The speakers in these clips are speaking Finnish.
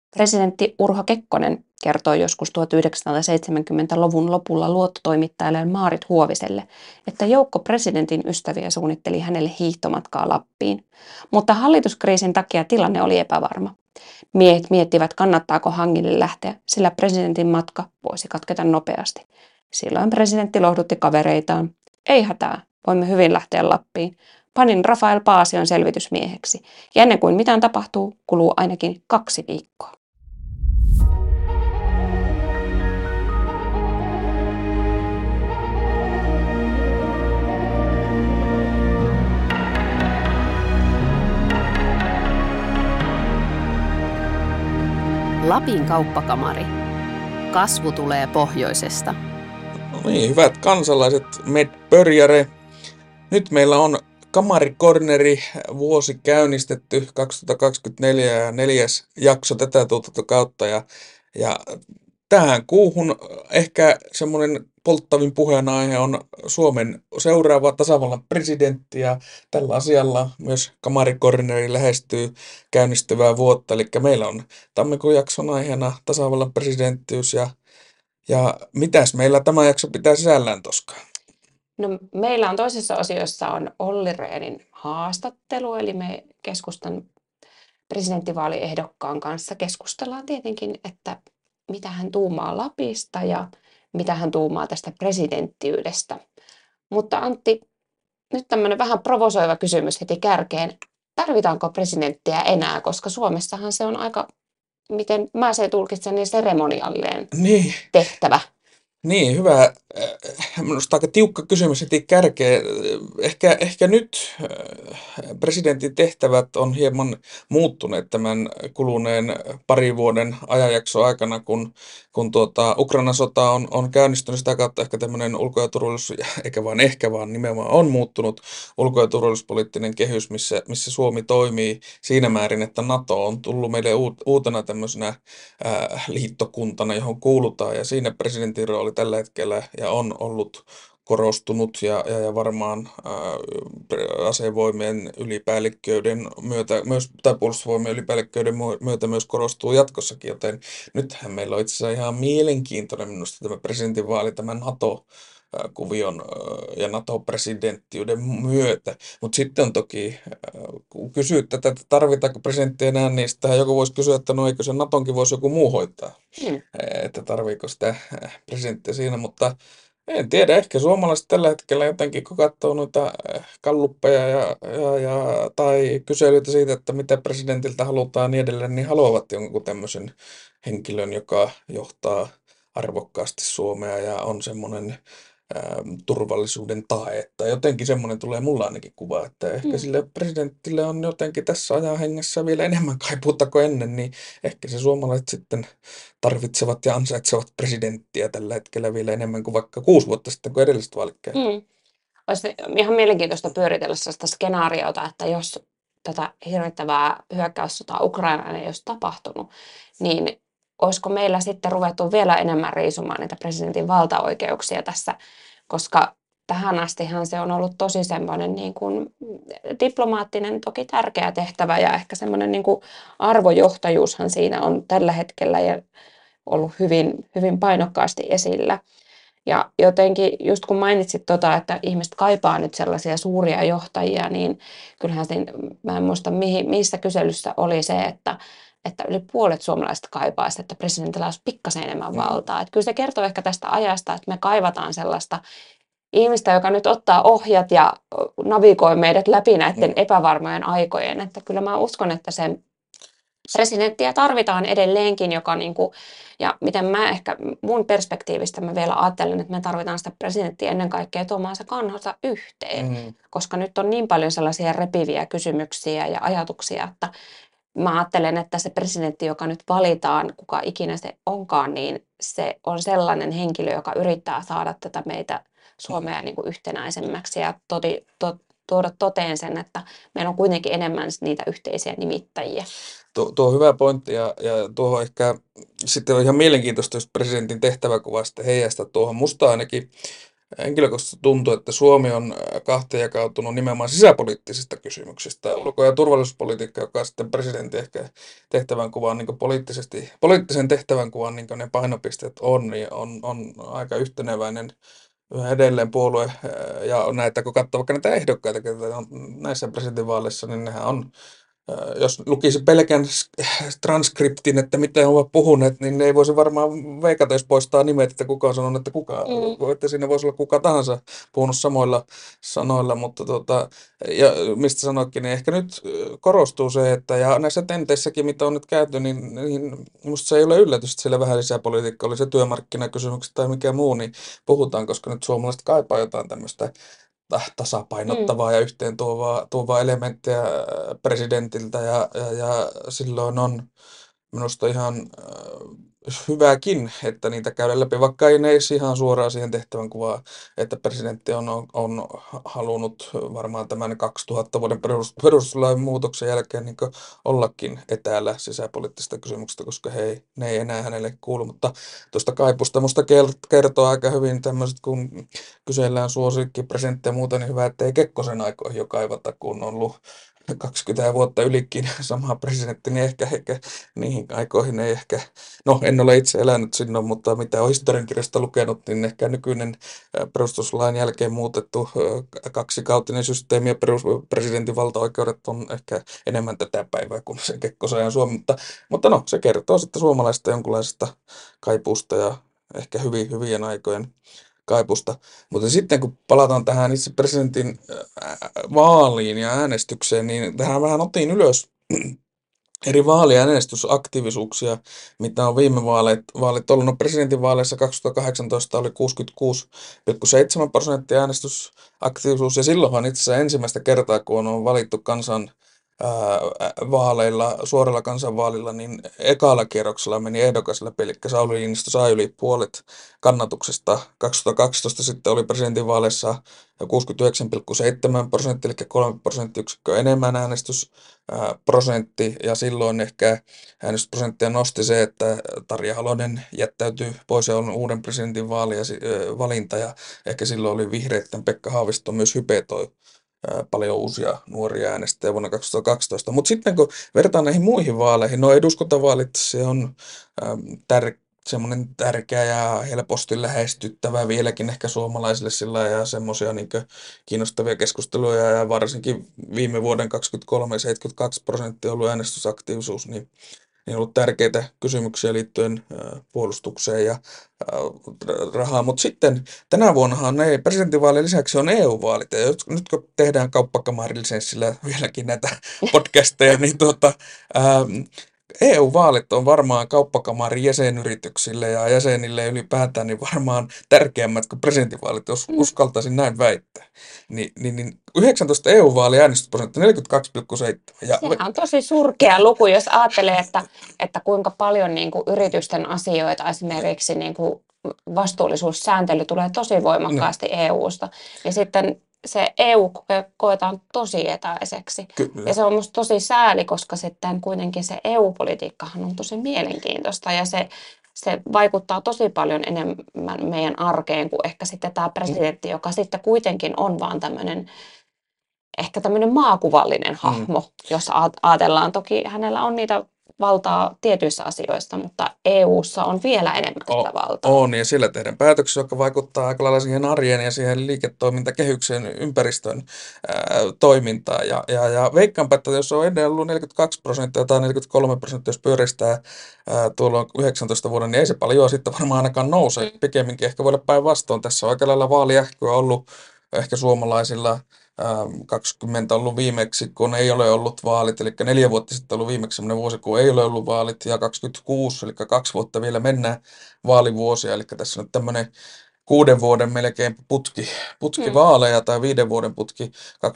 Presidentti Urho Kekkonen kertoi joskus 1970-luvun lopulla luottotoimittajalle Maarit Huoviselle, että joukko presidentin ystäviä suunnitteli hänelle hiihtomatkaa Lappiin. Mutta hallituskriisin takia tilanne oli epävarma. Miehet miettivät, kannattaako hangille lähteä, sillä presidentin matka voisi katketa nopeasti. Silloin presidentti lohdutti kavereitaan. Ei hätää, voimme hyvin lähteä Lappiin. Panin Rafael Paasion selvitysmieheksi, ja ennen kuin mitään tapahtuu, kuluu ainakin 2 viikkoa. Lapin kauppakamari. Kasvu tulee pohjoisesta. No niin, hyvät kansalaiset, med börjare. Nyt meillä on Kamarikorneri vuosi käynnistetty 2024 ja 4. jakso tätä tuotantokautta. Ja tähän kuuhun ehkä semmoinen polttavin puheenaihe on Suomen seuraava tasavallan presidentti, ja tällä asialla myös Kamarikorneri lähestyy käynnistyvää vuotta. Eli meillä on tammikuun jakson aiheena tasavallan presidenttiys, ja mitäs meillä tämä jakso pitää sisällään, Toska? No, meillä on toisessa osiossa on Olli Rehnin haastattelu, eli me keskustan presidenttivaaliehdokkaan kanssa keskustellaan tietenkin, että mitä hän tuumaa Lapista ja mitä hän tuumaa tästä presidenttiydestä. Mutta Antti, nyt tämmöinen vähän provosoiva kysymys heti kärkeen. Tarvitaanko presidenttiä enää, koska Suomessahan se on aika, miten mä se tulkitsen, niin seremoniallinen tehtävä. Niin, hyvä. Minusta aika tiukka kysymys heti kärkeen. Ehkä nyt presidentin tehtävät on hieman muuttuneet tämän kuluneen parin vuoden ajanjakson aikana, kun Ukrainan sota on käynnistynyt. Sitä kautta ehkä tämmöinen ulko- ja turvallisuus, eikä vaan ehkä, vaan nimenomaan on muuttunut ulko- ja turvallisuuspoliittinen kehys, missä Suomi toimii siinä määrin, että NATO on tullut meille uutena tämmöisenä liittokuntana, johon kuulutaan, ja siinä presidentin rooli tällä hetkellä ja on ollut korostunut ja varmaan asevoimien ylipäällikköiden myötä, tai puolustusvoimien ylipäällikköiden myötä myös korostuu jatkossakin, joten nythän meillä on itse asiassa ihan mielenkiintoinen minusta tämä presidentinvaali, tämä NATO-kuvion ja NATO-presidenttiyden myötä. Mutta sitten on toki, kun kysyt tätä, että tarvitaanko presidenttiä enää, niin sitähän joku voisi kysyä, että no eikö se NATOnkin voisi joku muu hoitaa, että tarviiko sitä presidenttiä siinä, mutta en tiedä, ehkä suomalaiset tällä hetkellä jotenkin, kun katsoo noita galluppeja tai kyselyitä siitä, että mitä presidentiltä halutaan ja niin edelleen, niin haluavat jonkun tämmöisen henkilön, joka johtaa arvokkaasti Suomea ja on semmoinen turvallisuuden tae, että jotenkin semmoinen tulee mulla ainakin kuva, että ehkä sille presidentille on jotenkin tässä ajan hengessä vielä enemmän kaipuuta kuin ennen, niin ehkä se suomalaiset sitten tarvitsevat ja ansaitsevat presidenttiä tällä hetkellä vielä enemmän kuin vaikka 6 vuotta sitten, kun edelliset vaalit käy. Olisi ihan mielenkiintoista pyöritellä sellaista skenaariota, että jos tätä hirvittävää hyökkäyssotaa Ukrainaan ei olisi tapahtunut, niin olisiko meillä sitten ruvettu vielä enemmän riisumaan niitä presidentin valtaoikeuksia tässä, koska tähän astihan se on ollut tosi semmoinen niin kuin diplomaattinen, toki tärkeä tehtävä, ja ehkä semmoinen niin kuin arvojohtajuushan siinä on tällä hetkellä ja ollut hyvin, hyvin painokkaasti esillä. Ja jotenkin, just kun mainitsit että ihmiset kaipaa nyt sellaisia suuria johtajia, niin kyllähän mä en muista missä kyselyssä oli se, että yli puolet suomalaiset kaipaisi, että presidentillä olisi pikkasen enemmän valtaa. Että kyllä se kertoo ehkä tästä ajasta, että me kaivataan sellaista ihmistä, joka nyt ottaa ohjat ja navigoi meidät läpi näiden epävarmojen aikojen. Että kyllä mä uskon, että se presidenttiä tarvitaan edelleenkin, joka ja miten mun perspektiivistä mä vielä ajattelen, että me tarvitaan sitä presidenttiä ennen kaikkea tuomaan se kansa yhteen, koska nyt on niin paljon sellaisia repiviä kysymyksiä ja ajatuksia, että mä ajattelen, että se presidentti, joka nyt valitaan, kuka ikinä se onkaan, niin se on sellainen henkilö, joka yrittää saada tätä meitä Suomea niin kuin yhtenäisemmäksi ja tuoda toteen sen, että meillä on kuitenkin enemmän niitä yhteisiä nimittäjiä. Tuo on hyvä pointti, ja tuohon ehkä sitten on ihan mielenkiintoista, jos presidentin tehtäväkuva sitten heijastaa tuohon. Musta ainakin henkilökohtaisesti tuntuu, että Suomi on kahteen jakautunut nimenomaan sisäpoliittisista kysymyksistä. Ulko- ja turvallisuuspolitiikka, joka on sitten presidentin ehkä tehtävänkuvan niin poliittisen tehtävänkuvan niin ne painopisteet on, niin on aika yhteneväinen yhä edelleen puolue. Ja näitä, kun katsoo vaikka näitä ehdokkaita, ketä on näissä presidentinvaaleissa, niin nehän on jos lukisi pelkän transkriptin, että mitä ovat puhuneet, niin ne ei voisi varmaan veikata, jos poistaa nimet, että kuka on sanonut, että kuka. Että siinä voisi olla kuka tahansa puhunut samoilla sanoilla, mutta ja mistä sanoikin, niin ehkä nyt korostuu se, että ja näissä tenteissäkin, mitä on nyt käyty, niin musta se ei ole yllätys, että siellä vähän lisäpolitiikka oli se työmarkkinakysymykset tai mikä muu, niin puhutaan, koska nyt suomalaiset kaipaa jotain tämmöistä tasapainottavaa ja yhteen tuovaa elementtiä presidentiltä ja silloin on minusta ihan hyväkin, että niitä käydään läpi, vaikka ei ne edes ihan suoraan siihen tehtävän kuvaan, että presidentti on halunnut varmaan tämän 2000 vuoden perustuslain muutoksen jälkeen niin ollakin etäällä sisäpoliittisista kysymyksistä, koska ne ei enää hänelle kuulu, mutta tuosta kaipusta musta kertoo aika hyvin tämmöiset, kun kysellään suosikkipresidenttiä ja muuta, niin hyvä, että ei Kekkosen aikoihin jo kaivata, kun on ollut 20 vuotta ylikin sama presidentti, niin ehkä niihin aikoihin ei ehkä, no en ole itse elänyt sinne, mutta mitä olen historiankirjasta lukenut, niin ehkä nykyinen perustuslain jälkeen muutettu kaksikautinen systeemi ja presidentin valtaoikeudet on ehkä enemmän tätä päivää kuin se Kekkosen ajan Suomi, mutta no, se kertoo sitten suomalaisesta jonkunlaisesta kaipuusta ja ehkä hyvien aikojen kaipusta. Mutta sitten kun palataan tähän itse presidentin vaaliin ja äänestykseen, niin tähän vähän otin ylös eri vaali- ja äänestysaktiivisuuksia, mitä on viime vaalit ollut. No presidentinvaaleissa 2018 oli 66,7% äänestysaktiivisuus, ja silloinhan itse asiassa ensimmäistä kertaa, kun on valittu kansan vaaleilla, suoralla kansanvaalilla, niin ekalla kierroksella meni ehdokas läpi, eli Sauli Niinistö sai yli puolet kannatuksesta. 2012 sitten oli presidentinvaaleissa 69,7%, eli 3 prosenttiyksikköä enemmän äänestysprosentti, ja silloin ehkä äänestysprosenttia nosti se, että Tarja Halonen jättäytyi pois ja on uuden presidentin valinta, ja ehkä silloin oli vihreitten Pekka Haavisto myös hypetoi paljon uusia nuoria äänestäjiä vuonna 2012. Mutta sitten kun vertaan näihin muihin vaaleihin, no eduskuntavaalit, se on semmoinen tärkeä ja helposti lähestyttävä vieläkin ehkä suomalaisille sillä ja semmoisia niin kiinnostavia keskusteluja ja varsinkin viime vuoden 23 72% ollut äänestysaktiivisuus, niin on ollut tärkeitä kysymyksiä liittyen puolustukseen ja rahaan. Mutta sitten tänä vuonnahan presidentinvaalien lisäksi on EU-vaalit. Ja nyt kun tehdään kauppakamarilisenssillä vieläkin näitä podcasteja, niin EU-vaalit on varmaan kauppakamarin jäsenyrityksille ja jäsenille ylipäätään niin varmaan tärkeämmät kuin presidentinvaalit, jos uskaltaisin näin väittää. Niin 19 EU-vaali äänestysprosentti 42,7. Sehän on tosi surkea luku, jos ajattelee, että kuinka paljon niin kuin yritysten asioita, esimerkiksi niin kuin vastuullisuussääntely tulee tosi voimakkaasti EU:sta. Ja sitten se EU koetaan tosi etäiseksi. Kyllä. Ja se on musta tosi sääli, koska sitten kuitenkin se EU-politiikkahan on tosi mielenkiintoista ja se vaikuttaa tosi paljon enemmän meidän arkeen kuin ehkä sitten tämä presidentti, joka sitten kuitenkin on vaan ehkä tämmöinen maakuvallinen hahmo, jos ajatellaan. Toki hänellä on niitä valtaa tietyissä asioissa, mutta EU:ssa on vielä enemmän sitä valtaa. On, ja siellä tehdään päätöksiä, jotka vaikuttaa aika lailla siihen arjen ja siihen liiketoimintakehykseen, ympäristön toimintaan. Ja veikkaanpa, että jos on ennen ollut 42% tai 43%, jos pyöristää tuolla 19 vuoden, niin ei se paljon sitten varmaan ainakaan nouse. Pikemminkin ehkä voi olla päinvastoin. Tässä on aika lailla vaaliähkyä ollut ehkä suomalaisilla 20 ollut viimeksi, kun ei ole ollut vaalit, eli 4 vuotta sitten ollut viimeksi sellainen vuosi, kun ei ole ollut vaalit, ja 26, eli 2 vuotta vielä mennään vaalivuosia, eli tässä on nyt tämmöinen 6 vuoden melkein putki vaaleja, tai 5 vuoden putki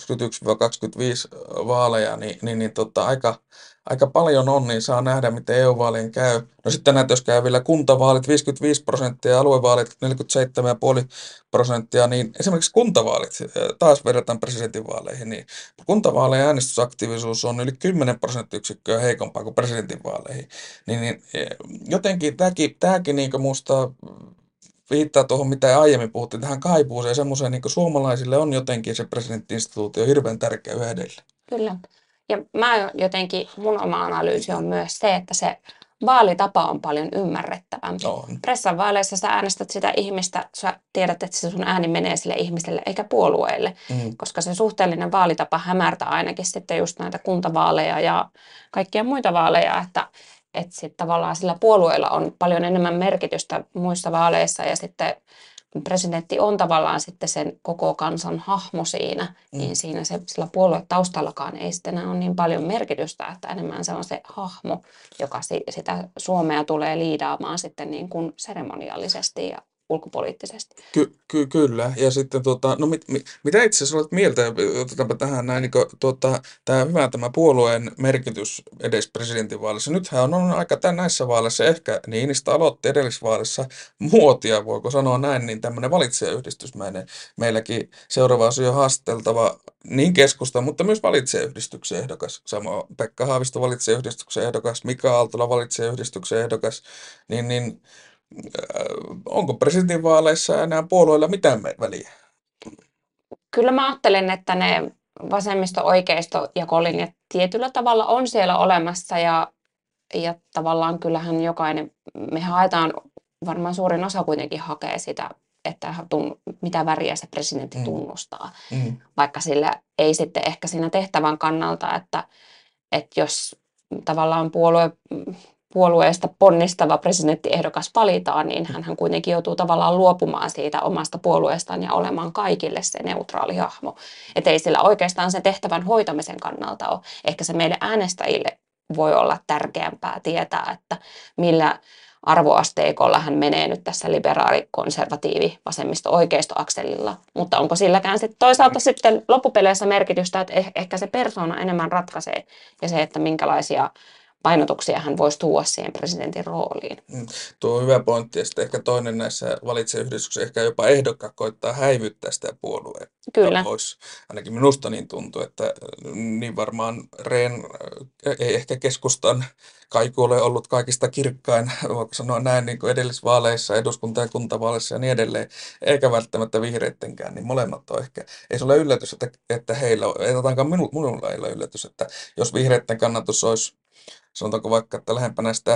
21-25 vaaleja, niin aika paljon on, niin saa nähdä, miten EU-vaalien käy. No sitten näitä, jos käy vielä kuntavaalit 55% ja aluevaalit 47,5%, niin esimerkiksi kuntavaalit, taas verrataan presidentinvaaleihin, niin kuntavaalien äänestysaktiivisuus on yli 10 prosenttiyksikköä heikompaa kuin presidentinvaaleihin. Niin jotenkin tämäkin niin musta viittaa tuohon, mitä aiemmin puhuttiin, tähän kaipuuseen ja semmoiseen, niin kuin suomalaisille on jotenkin se presidentti-instituutio hirveän tärkeä yhä edelleen. Kyllä. Ja mun oma analyysi on myös se, että se vaalitapa on paljon ymmärrettävämpi. Pressan vaaleissa sä äänestät sitä ihmistä, sä tiedät, että se sun ääni menee sille ihmiselle eikä puolueelle, koska se suhteellinen vaalitapa hämärtää ainakin sitten just näitä kuntavaaleja ja kaikkia muita vaaleja, että sitten tavallaan sillä puolueella on paljon enemmän merkitystä muissa vaaleissa ja sitten kun presidentti on tavallaan sitten sen koko kansan hahmo siinä, niin siinä sillä puoluetaustallakaan ei sitten ole niin paljon merkitystä, että enemmän se on se hahmo, joka sitä Suomea tulee liidaamaan sitten niin kuin seremoniallisesti ja ulkopoliittisesti. Kyllä. Ja sitten no mitä itse asiassa olet mieltä, otetaanpa tähän näin, niin tämä puolueen merkitys edes presidentinvaaleissa. Nythän on aika näissä vaaleissa, ehkä Niinistö aloitti edellisvaaleissa muotia, voiko sanoa näin, niin tämmöinen valitsijayhdistysmäinen. Meilläkin seuraava asia on haasteltava niin keskusta, mutta myös valitsijayhdistyksen ehdokas. Sama Pekka Haavisto valitsijayhdistyksen ehdokas, Mika Aaltola valitsijayhdistyksen ehdokas, niin onko presidentinvaaleissa enää puolueilla mitään väliä? Kyllä mä ajattelen, että ne vasemmisto, oikeisto ja kolinjat tietyllä tavalla on siellä olemassa ja tavallaan kyllähän jokainen, me haetaan, varmaan suurin osa kuitenkin hakee sitä, että mitä väriä se presidentti tunnustaa, vaikka sillä ei sitten ehkä siinä tehtävän kannalta, että jos tavallaan puolueesta ponnistava presidenttiehdokas valitaan, niin hän kuitenkin joutuu tavallaan luopumaan siitä omasta puolueestaan ja olemaan kaikille se neutraali hahmo. Että ei sillä oikeastaan sen tehtävän hoitamisen kannalta ole. Ehkä se meille äänestäjille voi olla tärkeämpää tietää, että millä arvoasteikolla hän menee nyt tässä liberaali, konservatiivi, vasemmisto, oikeisto-akselilla. Mutta onko silläkään sitten toisaalta sitten loppupeleissä merkitystä, että ehkä se persoona enemmän ratkaisee ja se, että minkälaisia painotuksia hän voisi tuoda siihen presidentin rooliin. Tuo on hyvä pointti. Ja sitten ehkä toinen näissä valitsijayhdistyksissä, ehkä jopa ehdokkaat koittaa häivyttää sitä puolueen. Kyllä. Ainakin minusta niin tuntuu, että niin varmaan Rehn ei ehkä keskustan kaiku ole ollut kaikista kirkkain, voiko sanoa näin, niin kuin edellisvaaleissa, eduskunta- ja kuntavaaleissa ja niin edelleen, eikä välttämättä vihreittenkään, niin molemmat on ehkä. Ei se ole yllätys, että heillä on, ei minulla ei ole yllätys, että jos vihreitten kannatus olisi, sanotaanko vaikka, että lähempänä sitä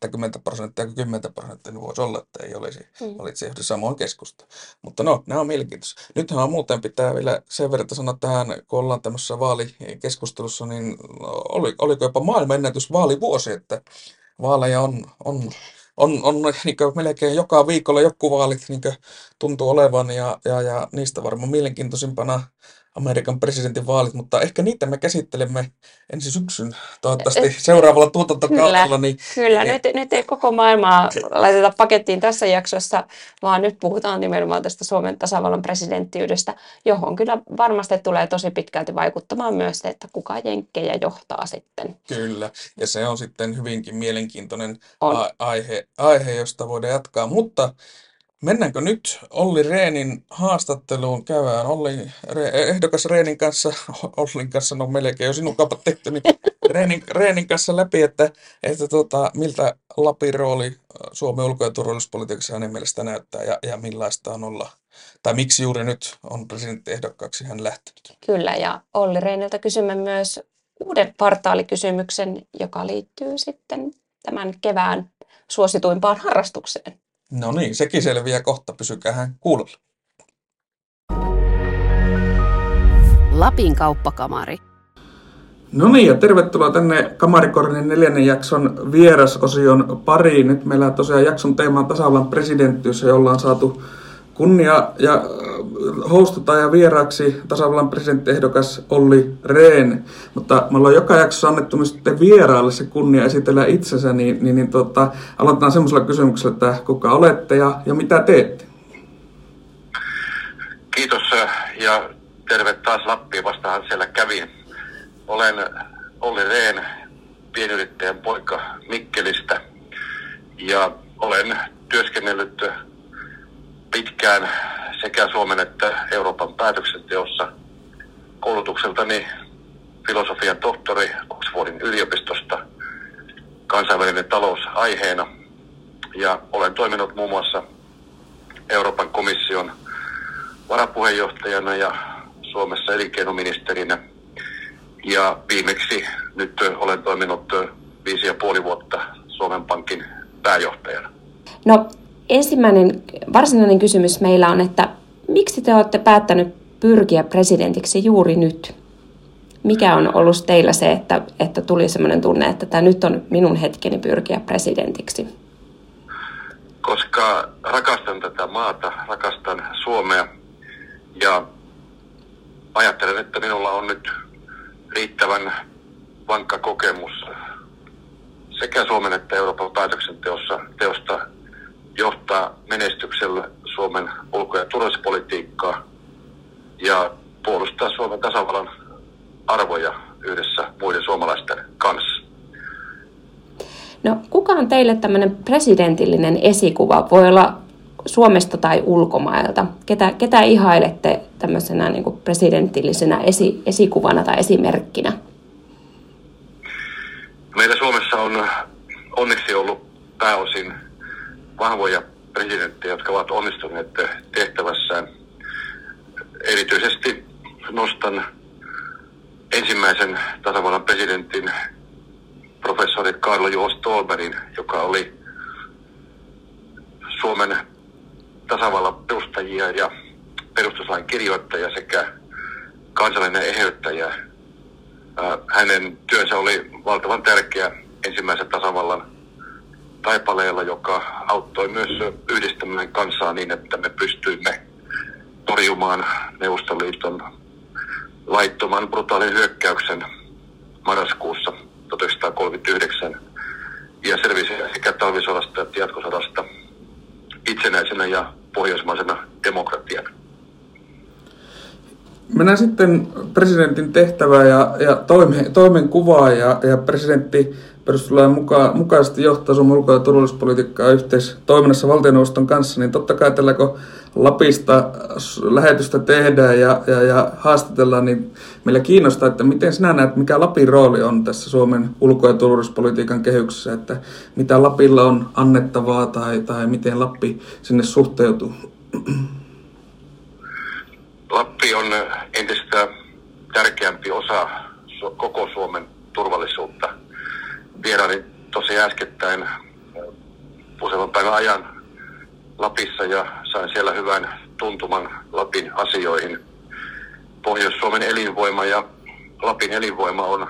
20% kuin 10%, niin voisi olla, että ei olisi valitsijayhdistys samoin keskusta. Mutta no, nämä on mielenkiintoisia. Nythän muuten pitää vielä sen verran sanoa tähän, kun ollaan tämmöisessä vaalikeskustelussa, niin oliko jopa maailmanennätys vaalivuosi, että vaaleja on niin melkein joka viikolla joku vaalit niin tuntuu olevan ja niistä varmaan mielenkiintoisimpana Amerikan presidentin vaalit, mutta ehkä niitä me käsittelemme ensi syksyn toivottavasti seuraavalla tuotantokaudella. Kyllä. Nyt ei koko maailmaa laiteta pakettiin tässä jaksossa, vaan nyt puhutaan nimenomaan tästä Suomen tasavallan presidenttiydestä, johon kyllä varmasti tulee tosi pitkälti vaikuttamaan myös se, että kuka jenkkejä johtaa sitten. Kyllä, ja se on sitten hyvinkin mielenkiintoinen aihe, josta voidaan jatkaa, mutta mennäänkö nyt Olli Rehnin haastatteluun? Käydään ehdokas Rehnin kanssa, Ollin kanssa, no melkein jo sinun kaupat tehty, niin Rehnin kanssa läpi, että miltä Lapin rooli Suomen ulko- ja turvallisuuspolitiikassa hänen mielestä näyttää ja millaista on olla, tai miksi juuri nyt on presidenttiehdokkaaksi hän lähtenyt. Kyllä, ja Olli Rehniltä kysymme myös uuden kvartaalikysymyksen, joka liittyy sitten tämän kevään suosituimpaan harrastukseen. No niin, sekin selviää kohta. Pysykäähän kuulolla. Lapin kauppakamari. No niin, ja tervetuloa tänne Kamarikornin 4. jakson vierasosion pariin. Nyt meillä tosiaan jakson teema on tasavallan presidenttiys, ja ollaan saatu kunnia ja hostata ja vieraaksi tasavallan presidenttiehdokas Olli Rehn. Mutta me ollaan joka jaksossa annettu myös vieraalle se kunnia esitellä itsensä, niin aloitetaan semmoisella kysymyksellä, että kuka olette ja mitä teette? Kiitos ja terve taas Lappiin, vastahan siellä kävin. Olen Olli Rehn, pienyrittäjän poika Mikkelistä, ja olen työskennellyt pitkään sekä Suomen että Euroopan päätöksenteossa. Koulutukseltani filosofian tohtori Oxfordin yliopistosta, kansainvälinen talous aiheena, ja olen toiminut muun muassa Euroopan komission varapuheenjohtajana ja Suomessa elinkeinoministerinä. Ja viimeksi nyt olen toiminut 5,5 vuotta Suomen Pankin pääjohtajana. No, ensimmäinen varsinainen kysymys meillä on, että miksi te olette päättänyt pyrkiä presidentiksi juuri nyt? Mikä on ollut teillä se, että tuli sellainen tunne, että tämä nyt on minun hetkeni pyrkiä presidentiksi? Koska rakastan tätä maata, rakastan Suomea ja ajattelen, että minulla on nyt riittävän vankka kokemus sekä Suomen että Euroopan päätöksenteosta johtaa menestyksellä Suomen ulko- ja turvallisuuspolitiikkaa ja puolustaa Suomen tasavallan arvoja yhdessä muiden suomalaisten kanssa. No, kuka on teille tämmöinen presidentillinen esikuva? Voi olla Suomesta tai ulkomailta. Ketä ihailette tämmöisenä niin kuin presidentillisenä esikuvana tai esimerkkinä? Meillä Suomessa on onneksi ollut pääosin vahvoja presidenttejä, jotka ovat onnistuneet tehtävässään. Erityisesti nostan ensimmäisen tasavallan presidentin professori Carl Juho Ståhlbergin, joka oli Suomen tasavallan perustajia ja perustuslain kirjoittaja sekä kansallinen eheyttäjä. Hänen työnsä oli valtavan tärkeä ensimmäisen tasavallan taipaleella, joka auttoi myös yhdistämään kansaa niin, että me pystyimme torjumaan Neuvostoliiton laittoman brutaalin hyökkäyksen marraskuussa 1939 ja selvisi sekä talvisodasta että jatkosodasta itsenäisenä ja pohjoismaisena demokratiana. Mennään sitten presidentin tehtävää ja toimenkuvaa ja presidentti perustuslain mukaisesti johtaa Suomen ulko- ja turvallisuuspolitiikkaa yhteistoiminnassa valtioneuvoston kanssa, niin totta kai tällä kun Lapista lähetystä tehdään ja haastatellaan, niin meillä kiinnostaa, että miten sinä näet, mikä Lapin rooli on tässä Suomen ulko- ja turvallisuuspolitiikan kehyksessä, että mitä Lapilla on annettavaa tai miten Lappi sinne suhteutuu. Lappi on entistä tärkeämpi osa koko Suomen turvallisuutta. Vierailin tosi äskettäin useamman päivän ajan Lapissa ja sain siellä hyvän tuntuman Lapin asioihin. Pohjois-Suomen elinvoima ja Lapin elinvoima on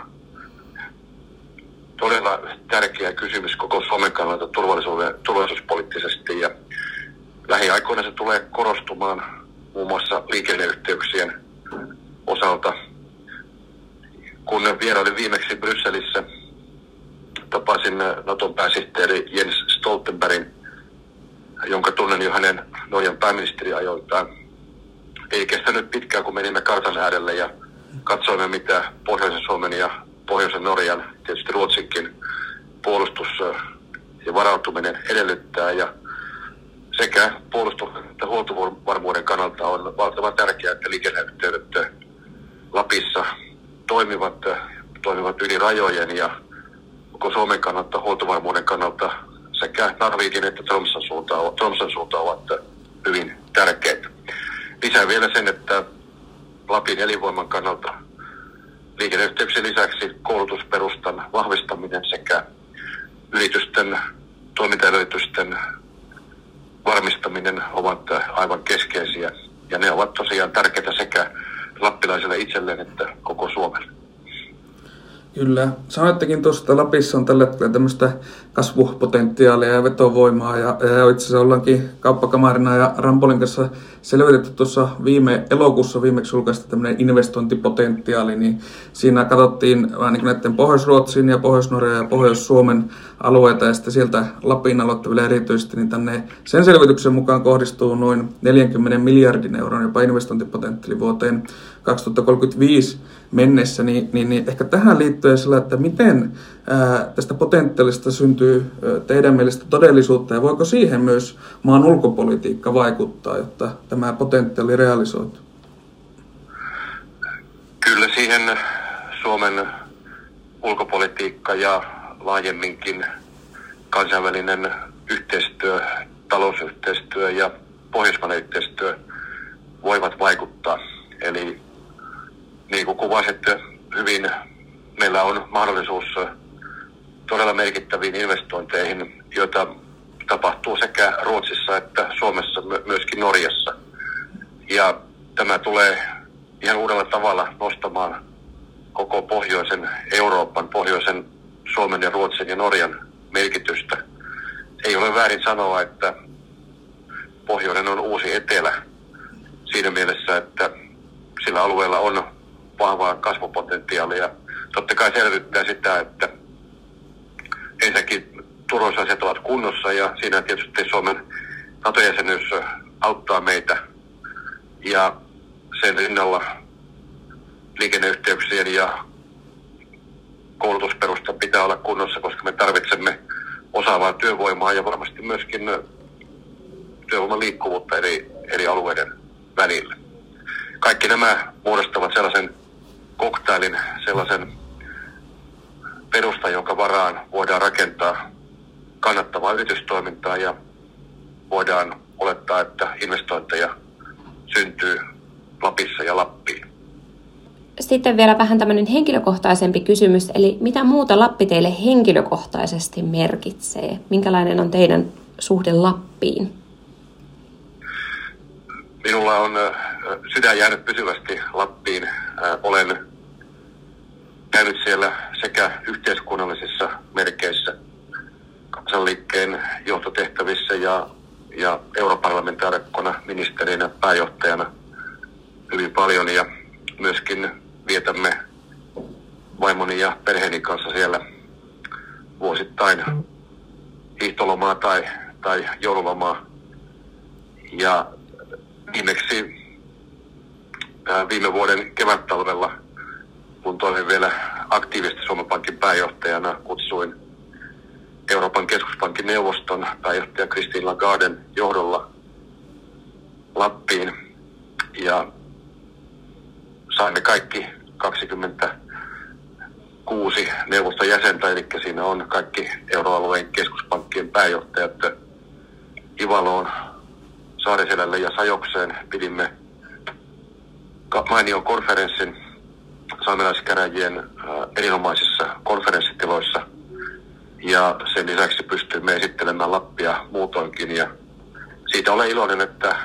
todella tärkeä kysymys koko Suomen kannalta turvallisuuspoliittisesti ja lähiaikoina se tulee korostumaan muun muassa liikenneyhteyksien osalta. Kun vierailin viimeksi Brysselissä, tapasin Naton pääsihteeri Jens Stoltenbergin, jonka tunnen jo hänen Norjan pääministeriajoiltaan. Ei kestänyt pitkään, kun menimme kartan äärelle ja katsoimme, mitä Pohjoisen Suomen ja Pohjoisen Norjan, tietysti Ruotsinkin puolustus ja varautuminen edellyttää. Ja sekä puolustuksen että huoltovarmuuden kannalta on valtavan tärkeää, että liikenneyhteydet Lapissa toimivat yli rajojen ja koko Suomen kannalta, huoltovarmuuden kannalta sekä Narvikin että Tromsön suunta ovat hyvin tärkeitä. Lisään vielä sen, että Lapin elinvoiman kannalta liikenneyhteyksien lisäksi koulutusperustan vahvistaminen sekä yritysten toimintaedellytysten varmistaminen ovat aivan keskeisiä ja ne ovat tosiaan tärkeitä sekä lappilaisille itselleen että koko Suomelle. Kyllä. Sanoittekin tuossa, että Lapissa on tällä hetkellä tämmöistä kasvupotentiaalia ja vetovoimaa ja itse asiassa ollaankin kauppakamarina ja Rampolin kanssa selvitetty tuossa viime elokuussa viimeksi julkaista tämmöinen investointipotentiaali, niin siinä katsottiin vähän niin kuin näiden Pohjois-Ruotsin ja Pohjois-Norjan ja Pohjois-Suomen alueita ja sitten sieltä Lapin aloittaville erityisesti, niin tänne sen selvityksen mukaan kohdistuu noin 40 miljardin euron jopa investointipotentiaali vuoteen 2035 mennessä, niin ehkä tähän liittyen sillä, että miten tästä potentiaalista syntyy teidän mielestä todellisuutta ja voiko siihen myös maan ulkopolitiikka vaikuttaa, jotta tämä potentiaali realisoituu? Kyllä siihen Suomen ulkopolitiikka ja laajemminkin kansainvälinen yhteistyö, talousyhteistyö ja pohjoismainen yhteistyö voivat vaikuttaa. Eli niin kuin kuvasitte hyvin, meillä on mahdollisuus todella merkittäviin investointeihin, joita tapahtuu sekä Ruotsissa että Suomessa, myöskin Norjassa. Ja tämä tulee ihan uudella tavalla nostamaan koko pohjoisen Euroopan, pohjoisen Suomen ja Ruotsin ja Norjan merkitystä. Ei ole väärin sanoa, että pohjoinen on uusi etelä siinä mielessä, että sillä alueella on vahvaa kasvupotentiaalia. Totta kai selvittää sitä, että ensinnäkin turvallisuusasiat ovat kunnossa ja siinä tietysti Suomen NATO-jäsenyys auttaa meitä. Ja sen rinnalla liikenneyhteyksien ja koulutusperusta pitää olla kunnossa, koska me tarvitsemme osaavaa työvoimaa ja varmasti myöskin työvoiman liikkuvuutta eri alueiden välillä. Kaikki nämä muodostavat sellaisen koktailin, sellaisen perustan, jonka varaan voidaan rakentaa kannattavaa yritystoimintaa ja voidaan olettaa, että investointeja syntyy Lapissa ja Lappiin. Sitten vielä vähän tämmöinen henkilökohtaisempi kysymys, eli mitä muuta Lappi teille henkilökohtaisesti merkitsee? Minkälainen on teidän suhde Lappiin? Minulla on sydän jäänyt pysyvästi Lappiin. Olen käynyt siellä sekä yhteiskunnallisissa merkeissä, kansanliikkeen johtotehtävissä ja europarlamentaarikkona, ministerinä, pääjohtajana hyvin paljon ja myöskin vietämme vaimoni ja perheeni kanssa siellä vuosittain hiihtolomaa tai joululomaa. Ja viimeksi viime vuoden kevättalvella, kun toimin vielä aktiivisesti Suomen Pankin pääjohtajana, kutsuin Euroopan keskuspankin neuvoston pääjohtaja Christine Lagarden johdolla Lappiin ja saimme kaikki 26 neuvoston jäsentä, eli siinä on kaikki euroalueen keskuspankkien pääjohtajat Ivaloon, Saariselälle ja Sajokseen. Pidimme mainion konferenssin saamelaiskäräjien erinomaisissa konferenssitiloissa ja sen lisäksi pystyimme esittelemään Lappia muutoinkin ja siitä olen iloinen,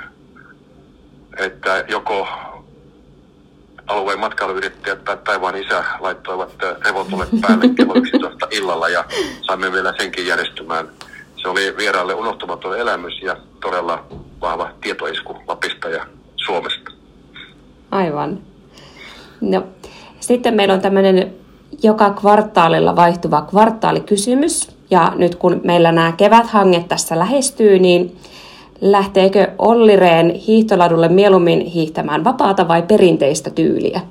että joko alueen matkailuyrittäjät tai taivaan isä laittoivat revotulet päälle kello 11 illalla ja saimme vielä senkin järjestymään. Se oli vieraille unohtumaton elämys ja todella vahva tietoisku Lapista ja Suomesta. Aivan. No, sitten meillä on tämmöinen joka kvartaalilla vaihtuva kvartaalikysymys. Ja nyt kun meillä nämä keväthanget tässä lähestyy, niin lähteekö Olli Rehn hiihtoladulle mieluummin hiihtämään vapaata vai perinteistä tyyliä?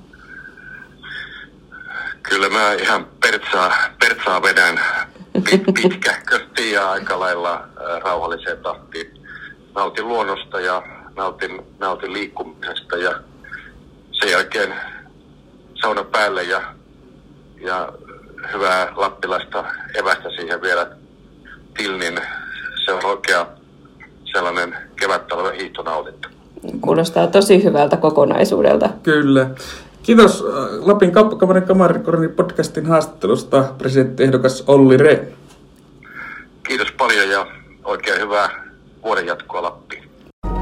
Kyllä mä ihan pertsaa vedän pitkähkösti ja aika lailla rauhalliseen tahtiin. Nautin luonnosta ja nautin liikkumisesta ja sen jälkeen sauna päälle ja hyvää lappilaista evästä siihen vielä tilnin. Se on oikea sellainen kevättalven hiihtonautinto. Kuulostaa tosi hyvältä kokonaisuudelta. Kyllä. Kiitos Lapin kauppakamarin Kamarikorni podcastin haastattelusta presidenttiehdokas Olli Rehn. Kiitos paljon ja oikein hyvää vuoden jatkoa Lappiin.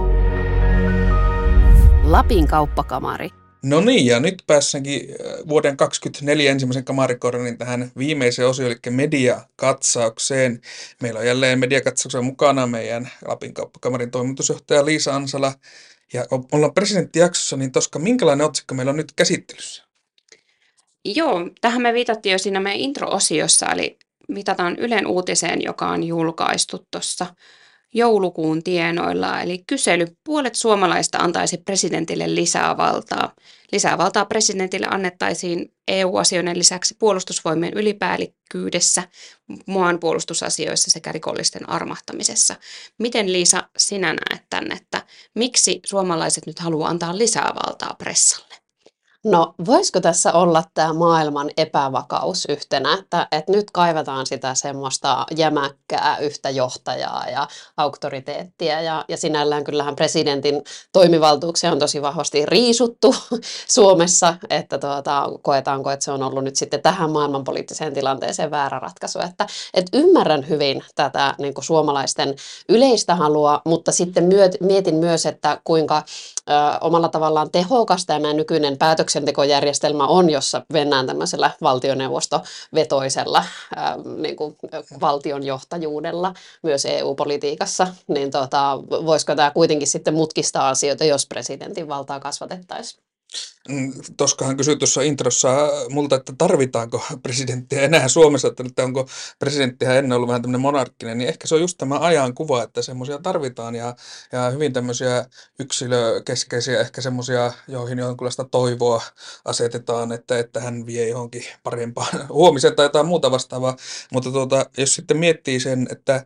Lapin kauppakamari. No niin, ja nyt päässäänkin vuoden 2024 ensimmäisen Kamarikornin tähän viimeiseen osioon, eli mediakatsaukseen. Meillä on jälleen mediakatsauksen mukana meidän Lapin kauppakamarin toimitusjohtaja Liisa Ansala. Ja ollaan presidenttijaksossa, niin Toska, minkälainen otsikko meillä on nyt käsittelyssä? Joo, tähän me viitattiin jo siinä meidän intro-osiossa, eli viitataan Ylen uutiseen, joka on julkaistu tuossa joulukuun tienoilla. Eli kysely, puolet suomalaista antaisi presidentille lisää valtaa. Lisää valtaa presidentille annettaisiin EU-asioiden lisäksi puolustusvoimien ylipäällikkyydessä, maanpuolustusasioissa sekä rikollisten armahtamisessa. Miten Liisa sinä näet tämän, että miksi suomalaiset nyt haluaa antaa lisää valtaa pressalle? No, voisiko tässä olla tämä maailman epävakaus yhtenä, että nyt kaivataan sitä semmoista jämäkkää yhtä johtajaa ja auktoriteettia ja sinällään kyllähän presidentin toimivaltuuksia on tosi vahvasti riisuttu Suomessa, että koetaanko, että se on ollut nyt sitten tähän maailmanpoliittiseen tilanteeseen väärä ratkaisu, että ymmärrän hyvin tätä niin kuin suomalaisten yleistä halua, mutta sitten mietin myös, että kuinka omalla tavallaan tehokasta tämä nykyinen päätöksentekojärjestelmä on, jossa mennään tämmöisellä valtioneuvostovetoisella niin kuin valtionjohtajuudella myös EU-politiikassa, niin voisiko tämä kuitenkin sitten mutkistaa asioita, jos presidentin valtaa kasvatettaisiin? Toskahan kysyi tuossa introssa multa, että tarvitaanko presidenttiä enää Suomessa, että onko presidenttihän ennen ollut vähän tämmöinen monarkkinen, niin ehkä se on just tämä ajankuva, että semmoisia tarvitaan ja hyvin tämmöisiä yksilökeskeisiä, ehkä semmoisia, joihin jonkunlaista toivoa asetetaan, että hän vie johonkin parempaan huomiseen tai jotain muuta vastaavaa, mutta jos sitten miettii sen, että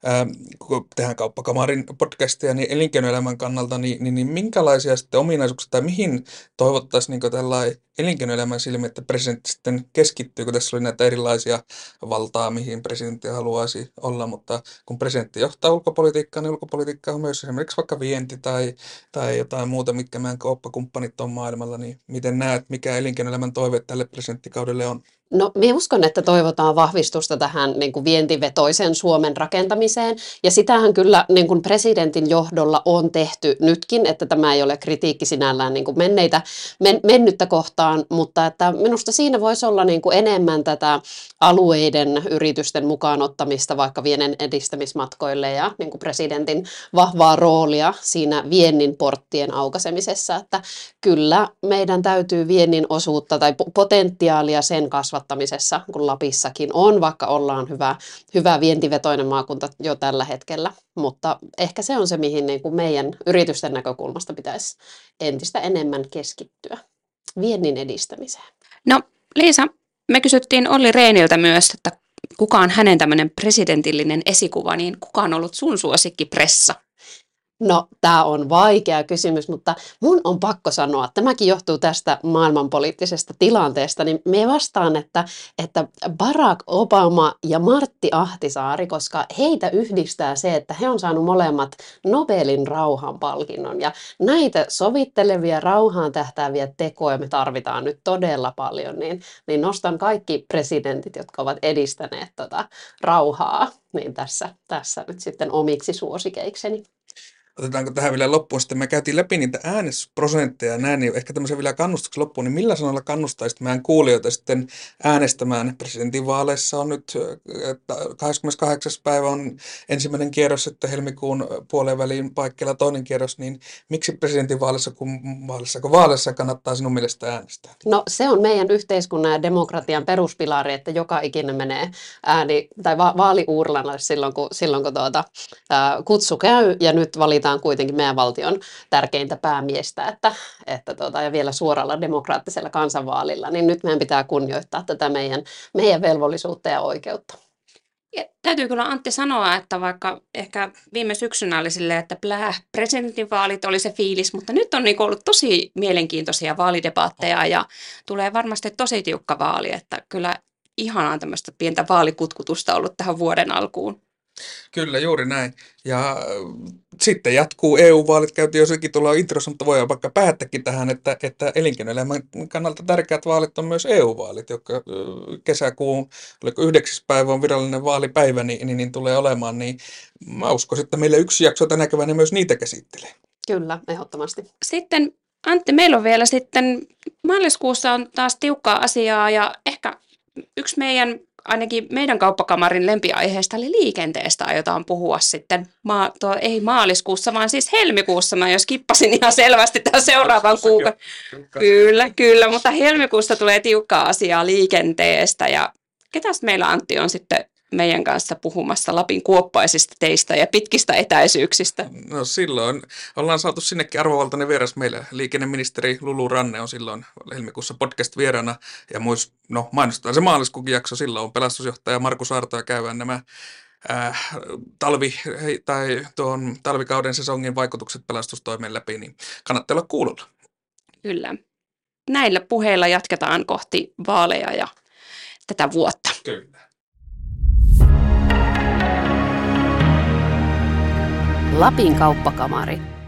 kun tehdään Kauppakamarin podcastia, niin elinkeinoelämän kannalta, niin minkälaisia sitten ominaisuuksia tai mihin toivottaisiin niin tällainen elinkeinoelämän silmin, että presidentti sitten keskittyy, kun tässä oli näitä erilaisia valtaa, mihin presidentti haluaisi olla, mutta kun presidentti johtaa ulkopolitiikkaa, niin ulkopolitiikka on myös esimerkiksi vaikka vienti tai jotain muuta, mitkä meidän kauppakumppanit on maailmalla, niin miten näet, mikä elinkeinoelämän toive tälle presidenttikaudelle on? No, minä uskon, että toivotaan vahvistusta tähän niin kuin vientivetoisen Suomen rakentamiseen, ja sitähän kyllä niin kuin presidentin johdolla on tehty nytkin, että tämä ei ole kritiikki sinällään niin kuin mennyttä kohtaan, mutta että minusta siinä voisi olla niin kuin enemmän tätä alueiden yritysten mukaan ottamista vaikka viennin edistämismatkoille ja niin kuin presidentin vahvaa roolia siinä viennin porttien aukaisemisessa, että kyllä meidän täytyy viennin osuutta tai potentiaalia sen kasvattamisessa, kun Lapissakin on, vaikka ollaan hyvä vientivetoinen maakunta jo tällä hetkellä, mutta ehkä se on se, mihin niin kuin meidän yritysten näkökulmasta pitäisi entistä enemmän keskittyä, viennin edistämiseen. No Liisa, me kysyttiin Olli Rehniltä myös, että kuka on hänen tämmöinen presidentillinen esikuva, niin kuka on ollut sun suosikkipressa? No, tämä on vaikea kysymys, mutta mun on pakko sanoa, että tämäkin johtuu tästä maailmanpoliittisesta tilanteesta, niin me vastaan, että Barack Obama ja Martti Ahtisaari, koska heitä yhdistää se, että he on saanut molemmat Nobelin rauhanpalkinnon, ja näitä sovittelevia rauhaan tähtääviä tekoja me tarvitaan nyt todella paljon, niin nostan kaikki presidentit, jotka ovat edistäneet rauhaa, niin tässä nyt sitten omiksi suosikeikseni. Otetaanko tähän vielä loppuun? Sitten me käytiin läpi niitä äänestysprosentteja ja näin, niin ehkä tämmöisen vielä kannustuksen loppuun, niin millä sanoilla kannustaisit meidän kuulijoita sitten äänestämään? Presidentinvaaleissa on nyt 28. päivä on ensimmäinen kierros, sitten helmikuun puoleen väliin paikkeilla toinen kierros, niin miksi presidentinvaaleissa kun vaaleissa kannattaa sinun mielestä äänestää? No, se on meidän yhteiskunnan ja demokratian peruspilari, että joka ikinen menee tai vaaliuurnalle silloin, kun kutsu käy, ja nyt valitaan kuitenkin meidän valtion tärkeintä päämiestä, ja vielä suoralla demokraattisella kansanvaalilla, niin nyt meidän pitää kunnioittaa tätä meidän velvollisuutta ja oikeutta. Ja täytyy kyllä Antti sanoa, että vaikka ehkä viime syksynä oli silleen, että presidentinvaalit oli se fiilis, mutta nyt on niin ollut tosi mielenkiintoisia vaalidebaatteja ja tulee varmasti tosi tiukka vaali, että kyllä ihanaa tämmöistä pientä vaalikutkutusta ollut tähän vuoden alkuun. Kyllä, juuri näin. Ja sitten jatkuu EU-vaalit, käytiin jossakin tuolla introssa, mutta voidaan vaikka päättäkin tähän, että elinkeinoelämän kannalta tärkeät vaalit on myös EU-vaalit, jotka kesäkuun 9. päivä on virallinen vaalipäivä, niin tulee olemaan. Niin mä uskon, että meillä yksi jakso tänä keväänä myös niitä käsittelee. Kyllä, ehdottomasti. Sitten Antti, meillä on vielä sitten maaliskuussa on taas tiukkaa asiaa ja ehkä yksi ainakin meidän kauppakamarin lempiaiheesta eli liikenteestä aiotaan puhua sitten, ei maaliskuussa, vaan siis helmikuussa. Mä jo skippasin ihan selvästi tämän seuraavan kuukauden. Kyllä, mutta helmikuussa tulee tiukkaa asiaa liikenteestä. Ja ketäs meillä Antti on sitten meidän kanssa puhumassa Lapin kuoppaisista teistä ja pitkistä etäisyyksistä? No silloin ollaan saatu sinnekin arvovaltainen vieras meille. Liikenneministeri Lulu Ranne on silloin helmikuussa podcast-vieraana. Ja mainostetaan se maaliskuukin jakso. Silloin on pelastusjohtaja Markus Aarto ja käydään nämä talvikauden sesongin vaikutukset pelastustoimen läpi. Niin kannattaa olla kuulolla. Kyllä. näillä puheilla jatketaan kohti vaaleja ja tätä vuotta. Kyllä. Lapin kauppakamari.